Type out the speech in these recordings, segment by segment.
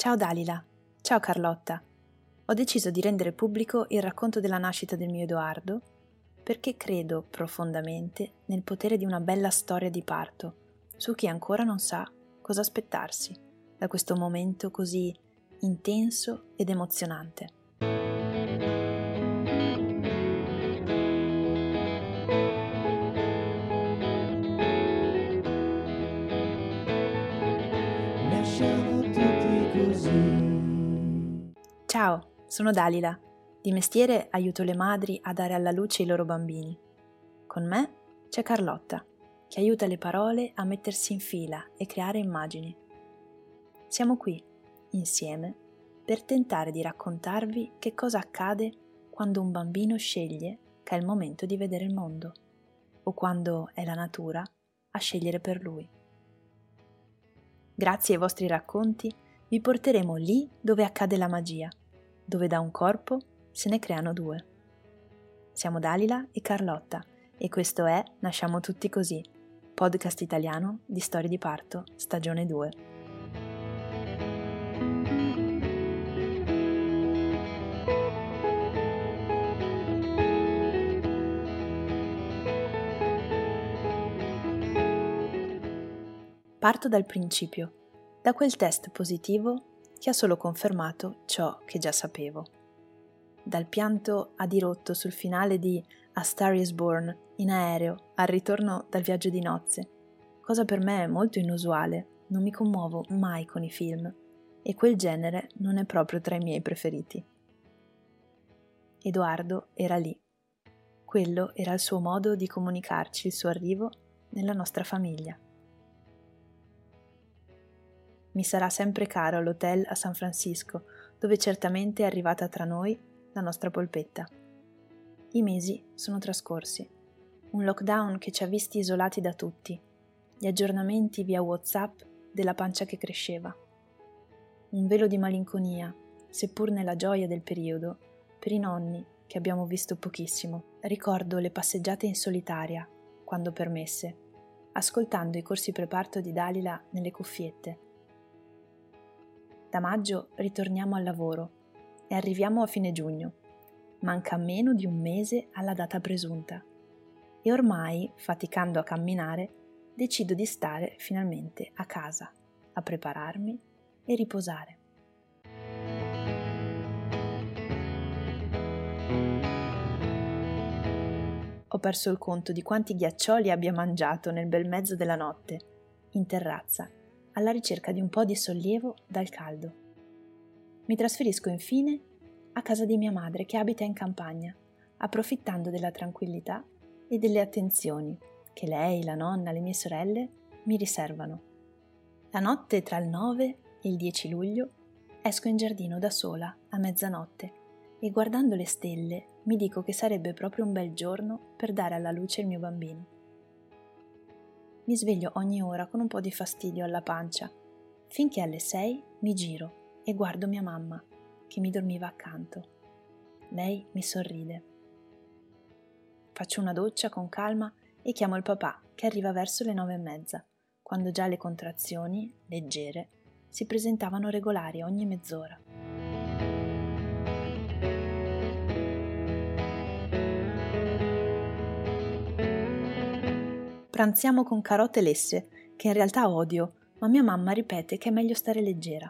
Ciao Dalila, ciao Carlotta. Ho deciso di rendere pubblico il racconto della nascita del mio Edoardo perché credo profondamente nel potere di una bella storia di parto su chi ancora non sa cosa aspettarsi da questo momento così intenso ed emozionante. Nasciamo tutti così. Ciao, sono Dalila. Di mestiere aiuto le madri a dare alla luce i loro bambini. Con me c'è Carlotta, che aiuta le parole a mettersi in fila e creare immagini. Siamo qui, insieme, per tentare di raccontarvi che cosa accade quando un bambino sceglie che è il momento di vedere il mondo, o quando è la natura a scegliere per lui. Grazie ai vostri racconti vi porteremo lì dove accade la magia, dove da un corpo se ne creano due. Siamo Dalila e Carlotta e questo è Nasciamo tutti così, podcast italiano di storie di parto, stagione 2. Parto dal principio, da quel test positivo che ha solo confermato ciò che già sapevo. Dal pianto a dirotto sul finale di A Star is Born in aereo al ritorno dal viaggio di nozze, cosa per me molto inusuale, non mi commuovo mai con i film e quel genere non è proprio tra i miei preferiti. Edoardo era lì. Quello era il suo modo di comunicarci il suo arrivo nella nostra famiglia. Mi sarà sempre caro l'hotel a San Francisco, dove certamente è arrivata tra noi la nostra polpetta. I mesi sono trascorsi. Un lockdown che ci ha visti isolati da tutti. Gli aggiornamenti via WhatsApp della pancia che cresceva. Un velo di malinconia, seppur nella gioia del periodo, per i nonni che abbiamo visto pochissimo. Ricordo le passeggiate in solitaria, quando permesse, ascoltando i corsi preparto di Dalila nelle cuffiette. Da maggio ritorniamo al lavoro e arriviamo a fine giugno. Manca meno di un mese alla data presunta e ormai, faticando a camminare, decido di stare finalmente a casa, a prepararmi e riposare. Ho perso il conto di quanti ghiaccioli abbia mangiato nel bel mezzo della notte, in terrazza, alla ricerca di un po' di sollievo dal caldo. Mi trasferisco infine a casa di mia madre che abita in campagna, approfittando della tranquillità e delle attenzioni che lei, la nonna, le mie sorelle mi riservano. La notte tra il 9 e il 10 luglio esco in giardino da sola a mezzanotte e guardando le stelle mi dico che sarebbe proprio un bel giorno per dare alla luce il mio bambino. Mi sveglio ogni ora con un po' di fastidio alla pancia, finché alle 6 mi giro e guardo mia mamma, che mi dormiva accanto. Lei mi sorride. Faccio una doccia con calma e chiamo il papà, che arriva verso le 9:30, quando già le contrazioni, leggere, si presentavano regolari ogni mezz'ora. Pranziamo con carote lesse, che in realtà odio, ma mia mamma ripete che è meglio stare leggera.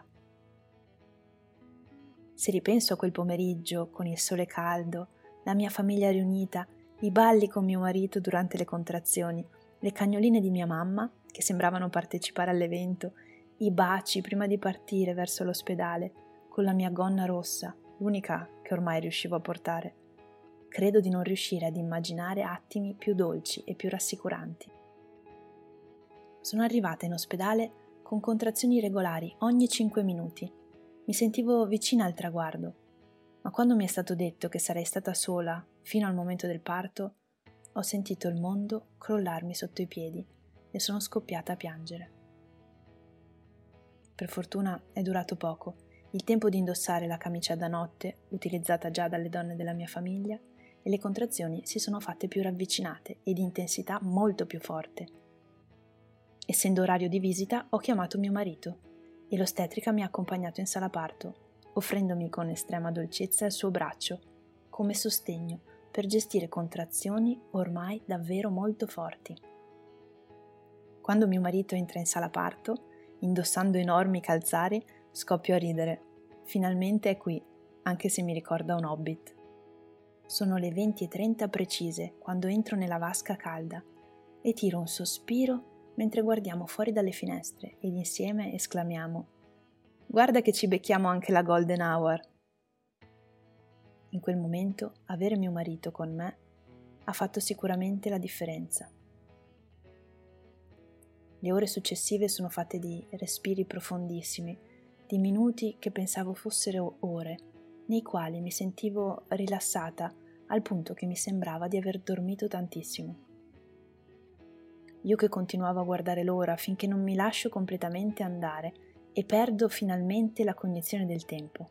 Se ripenso a quel pomeriggio, con il sole caldo, la mia famiglia riunita, i balli con mio marito durante le contrazioni, le cagnoline di mia mamma, che sembravano partecipare all'evento, i baci prima di partire verso l'ospedale, con la mia gonna rossa, l'unica che ormai riuscivo a portare, credo di non riuscire ad immaginare attimi più dolci e più rassicuranti. Sono arrivata in ospedale con contrazioni regolari ogni 5 minuti. Mi sentivo vicina al traguardo, ma quando mi è stato detto che sarei stata sola fino al momento del parto, ho sentito il mondo crollarmi sotto i piedi e sono scoppiata a piangere. Per fortuna è durato poco, il tempo di indossare la camicia da notte, utilizzata già dalle donne della mia famiglia, e le contrazioni si sono fatte più ravvicinate e di intensità molto più forte. Essendo orario di visita, ho chiamato mio marito e l'ostetrica mi ha accompagnato in sala parto, offrendomi con estrema dolcezza il suo braccio, come sostegno per gestire contrazioni ormai davvero molto forti. Quando mio marito entra in sala parto, indossando enormi calzari, scoppio a ridere. Finalmente è qui, anche se mi ricorda un hobbit. Sono le 20:30 precise quando entro nella vasca calda e tiro un sospiro mentre guardiamo fuori dalle finestre ed insieme esclamiamo: «Guarda che ci becchiamo anche la golden hour!» In quel momento avere mio marito con me ha fatto sicuramente la differenza. Le ore successive sono fatte di respiri profondissimi, di minuti che pensavo fossero ore, nei quali mi sentivo rilassata al punto che mi sembrava di aver dormito tantissimo. Io che continuavo a guardare l'ora finché non mi lascio completamente andare e perdo finalmente la cognizione del tempo.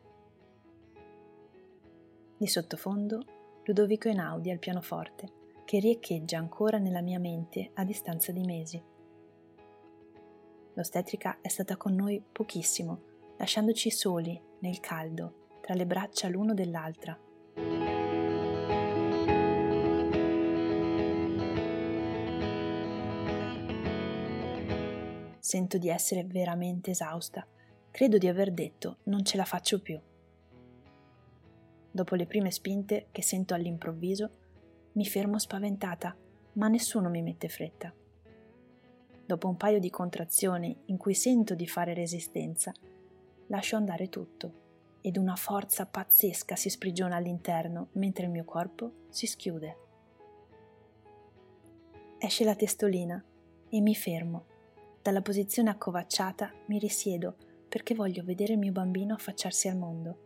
Di sottofondo Ludovico Einaudi al pianoforte, che riecheggia ancora nella mia mente a distanza di mesi. L'ostetrica è stata con noi pochissimo, lasciandoci soli nel caldo, tra le braccia l'uno dell'altra. Sento di essere veramente esausta. Credo di aver detto non ce la faccio più. Dopo le prime spinte che sento all'improvviso, mi fermo spaventata, ma nessuno mi mette fretta. Dopo un paio di contrazioni in cui sento di fare resistenza, lascio andare tutto ed una forza pazzesca si sprigiona all'interno mentre il mio corpo si schiude. Esce la testolina e mi fermo. Dalla posizione accovacciata mi risiedo perché voglio vedere il mio bambino affacciarsi al mondo.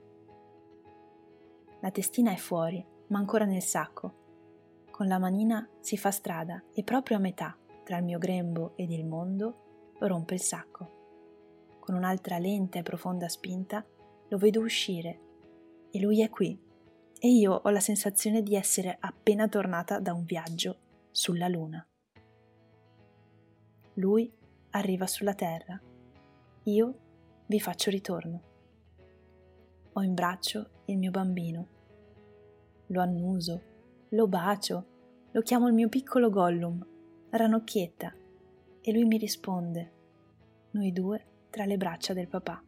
La testina è fuori, ma ancora nel sacco. Con la manina si fa strada e proprio a metà, tra il mio grembo ed il mondo, rompe il sacco. Con un'altra lenta e profonda spinta lo vedo uscire e lui è qui e io ho la sensazione di essere appena tornata da un viaggio sulla Luna. Lui arriva sulla Terra, io vi faccio ritorno. Ho in braccio il mio bambino, lo annuso, lo bacio, lo chiamo il mio piccolo Gollum, ranocchietta, e lui mi risponde, noi due tra le braccia del papà.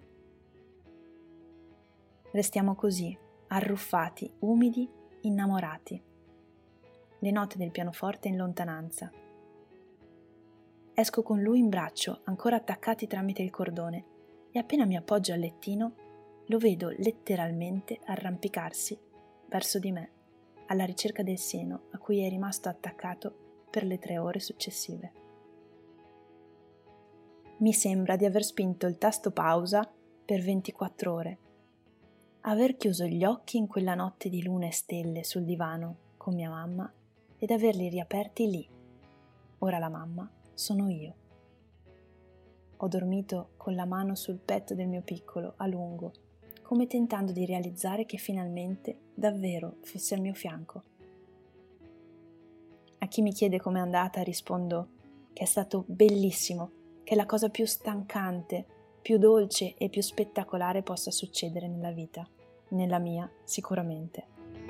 Restiamo così, arruffati, umidi, innamorati. Le note del pianoforte in lontananza. Esco con lui in braccio, ancora attaccati tramite il cordone, e appena mi appoggio al lettino, lo vedo letteralmente arrampicarsi verso di me, alla ricerca del seno a cui è rimasto attaccato per le 3 ore successive. Mi sembra di aver spinto il tasto pausa per 24 ore. Aver chiuso gli occhi in quella notte di luna e stelle sul divano con mia mamma ed averli riaperti lì. Ora la mamma sono io. Ho dormito con la mano sul petto del mio piccolo a lungo, come tentando di realizzare che finalmente davvero fosse al mio fianco. A chi mi chiede com'è andata rispondo che è stato bellissimo, che è la cosa più stancante, più dolce e più spettacolare possa succedere nella vita, nella mia sicuramente.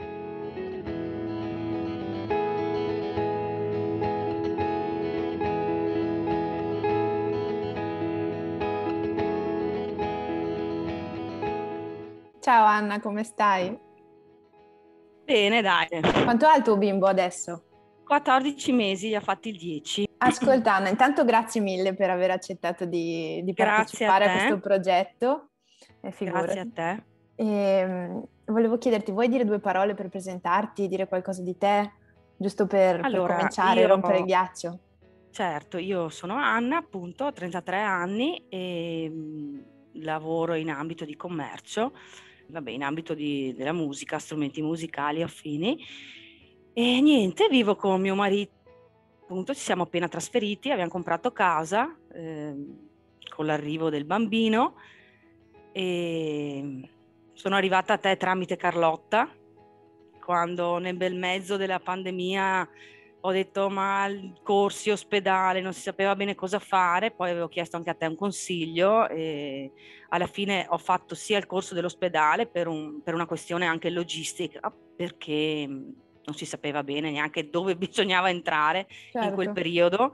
Ciao Anna, come stai? Bene, dai. Quanto ha il tuo bimbo adesso? 14 mesi, gli ha fatti il 10. Ascolta Anna, intanto grazie mille per aver accettato di Grazie a partecipare a te. questo progetto. Grazie a te. Volevo chiederti, vuoi dire 2 parole per presentarti, dire qualcosa di te, giusto per Allora, cominciare a rompere il ghiaccio? Certo, io sono Anna, appunto, ho 33 anni e lavoro in ambito di commercio, in ambito della musica, strumenti musicali affini. E niente, vivo con mio marito, appunto, ci siamo appena trasferiti, abbiamo comprato casa con l'arrivo del bambino e sono arrivata a te tramite Carlotta, quando nel bel mezzo della pandemia ho detto ma corsi, ospedale, non si sapeva bene cosa fare, poi avevo chiesto anche a te un consiglio e alla fine ho fatto sia il corso dell'ospedale per una questione anche logistica, perché non si sapeva bene neanche dove bisognava entrare in quel Certo. periodo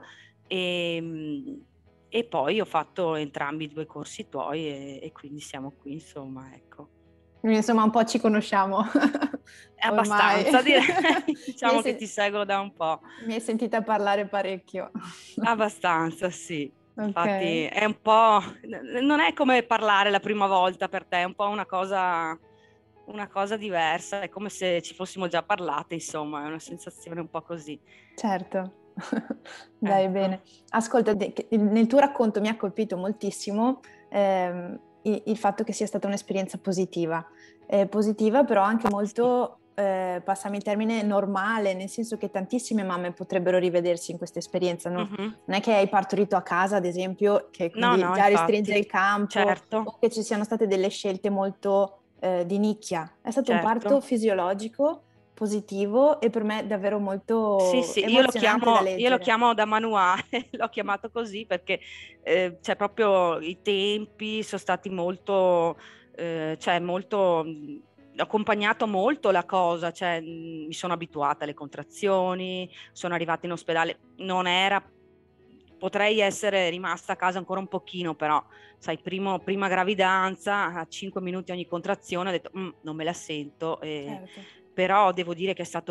e poi ho fatto entrambi i 2 corsi tuoi e quindi siamo qui, insomma, ecco. Quindi insomma un po' ci conosciamo È ormai. abbastanza, direi. Mi hai, Diciamo che ti seguo da un po'. mi hai sentita parlare parecchio. Abbastanza, sì. Ok, Infatti è un po', non è come parlare la prima volta per te, è un po' una cosa diversa, è come se ci fossimo già parlate, insomma, è una sensazione un po' così. certo. Dai, Ecco. bene. Ascolta, nel tuo racconto mi ha colpito moltissimo il fatto che sia stata un'esperienza positiva. Positiva, però anche Sì. molto, passami il termine, normale, nel senso che tantissime mamme potrebbero rivedersi in questa esperienza. No? Mhm. Non è che hai partorito a casa, ad esempio, che No, quindi no, già restringe infatti, il campo, certo, o che ci siano state delle scelte molto di nicchia. È stato un certo. parto fisiologico, positivo e per me davvero Sì, molto sì, emozionante da io lo leggere. chiamo da manuale, l'ho chiamato così perché cioè proprio i tempi sono stati molto, cioè molto, ho accompagnato molto la cosa, cioè mi sono abituata alle contrazioni, sono arrivata in ospedale, non era, potrei essere rimasta a casa ancora un pochino, però sai, prima gravidanza, a 5 minuti ogni contrazione, ho detto non me la sento, Certo. però devo dire che è stato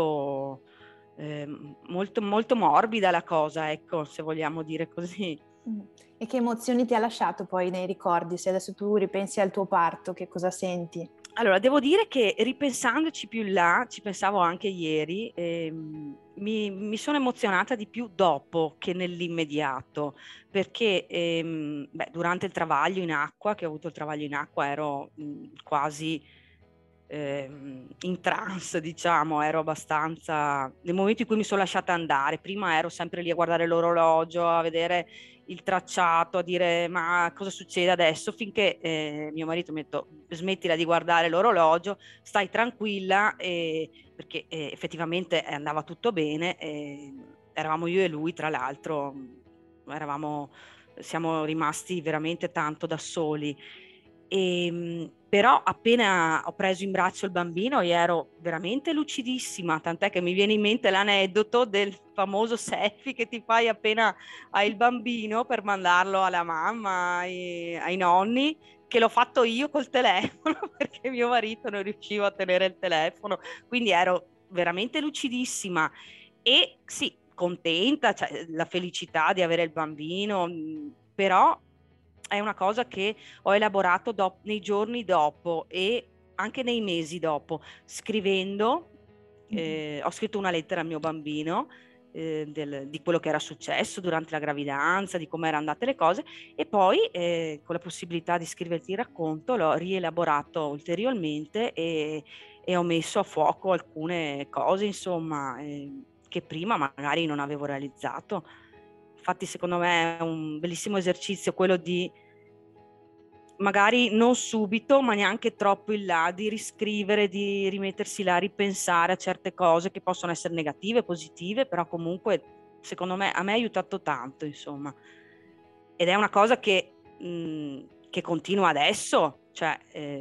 molto, molto morbida la cosa, ecco, se vogliamo dire così. Mm. E che emozioni ti ha lasciato poi nei ricordi? Se adesso tu ripensi al tuo parto, che cosa senti? Allora, devo dire che ripensandoci più in là, ci pensavo anche ieri, mi sono emozionata di più dopo che nell'immediato, perché durante il travaglio in acqua, che ho avuto il travaglio in acqua, ero quasi in trance, diciamo, ero abbastanza. Nel momento in cui mi sono lasciata andare, prima ero sempre lì a guardare l'orologio, a vedere il tracciato, a dire ma cosa succede adesso, finché mio marito mi ha detto smettila di guardare l'orologio, stai tranquilla, perché effettivamente andava tutto bene, eravamo io e lui tra l'altro, siamo rimasti veramente tanto da soli. Però appena ho preso in braccio il bambino io ero veramente lucidissima, tant'è che mi viene in mente l'aneddoto del famoso selfie che ti fai appena hai il bambino per mandarlo alla mamma, ai nonni, che l'ho fatto io col telefono perché mio marito non riusciva a tenere il telefono, quindi ero veramente lucidissima e sì, contenta, cioè, la felicità di avere il bambino, però è una cosa che ho elaborato nei giorni dopo e anche nei mesi dopo, scrivendo, ho scritto una lettera al mio bambino di quello che era successo durante la gravidanza, di come erano andate le cose e poi con la possibilità di scriverti il racconto l'ho rielaborato ulteriormente e ho messo a fuoco alcune cose, insomma, che prima magari non avevo realizzato. Infatti, secondo me è un bellissimo esercizio quello di magari non subito, ma neanche troppo in là, di riscrivere, di rimettersi là, a ripensare a certe cose che possono essere negative, positive, però comunque, secondo me, a me ha aiutato tanto, insomma. Ed è una cosa che continua adesso, cioè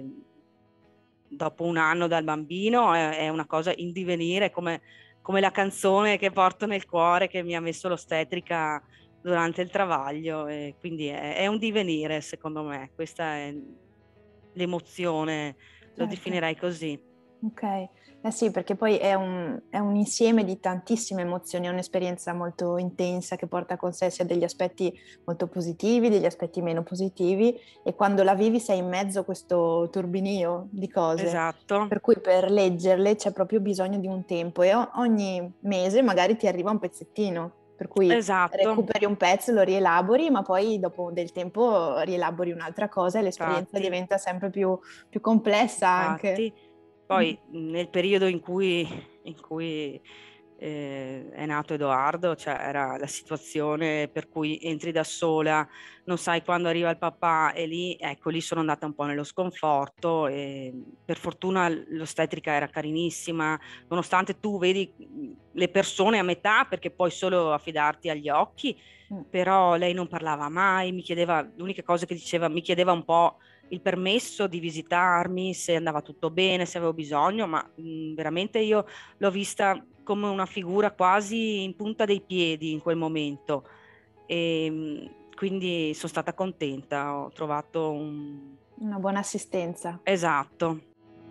dopo un anno dal bambino è una cosa in divenire, come la canzone che porto nel cuore che mi ha messo l'ostetrica durante il travaglio, e quindi è un divenire, secondo me, questa è l'emozione, lo Certo. definirei così. Ok, eh sì, perché poi è un insieme di tantissime emozioni, è un'esperienza molto intensa che porta con sé sia degli aspetti molto positivi, degli aspetti meno positivi e quando la vivi sei in mezzo a questo turbinio di cose, Esatto, per cui per leggerle c'è proprio bisogno di un tempo e ogni mese magari ti arriva un pezzettino, per cui esatto, recuperi un pezzo, lo rielabori, ma poi dopo del tempo rielabori un'altra cosa e l'esperienza infatti. diventa sempre più complessa anche. Infatti, poi nel periodo in cui è nato Edoardo, cioè era la situazione per cui entri da sola, non sai quando arriva il papà e lì, ecco, lì sono andata un po' nello sconforto e per fortuna l'ostetrica era carinissima, nonostante tu vedi le persone a metà perché puoi solo affidarti agli occhi, però lei non parlava mai, mi chiedeva, l'unica cosa che diceva, mi chiedeva un po' il permesso di visitarmi, se andava tutto bene, se avevo bisogno, ma veramente io l'ho vista come una figura quasi in punta dei piedi in quel momento e quindi sono stata contenta, ho trovato Una buona assistenza. Esatto.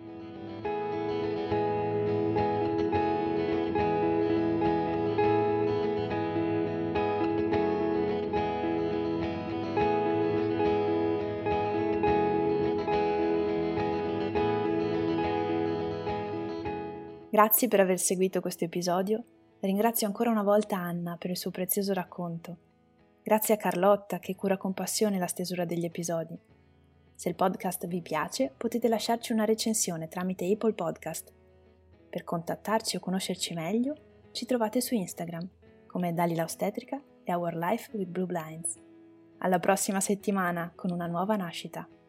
Grazie per aver seguito questo episodio. Ringrazio ancora una volta Anna per il suo prezioso racconto. Grazie a Carlotta che cura con passione la stesura degli episodi. Se il podcast vi piace, potete lasciarci una recensione tramite Apple Podcast. Per contattarci o conoscerci meglio, ci trovate su Instagram come Dalila Ostetrica e Our Life with Blue Blinds. Alla prossima settimana con una nuova nascita.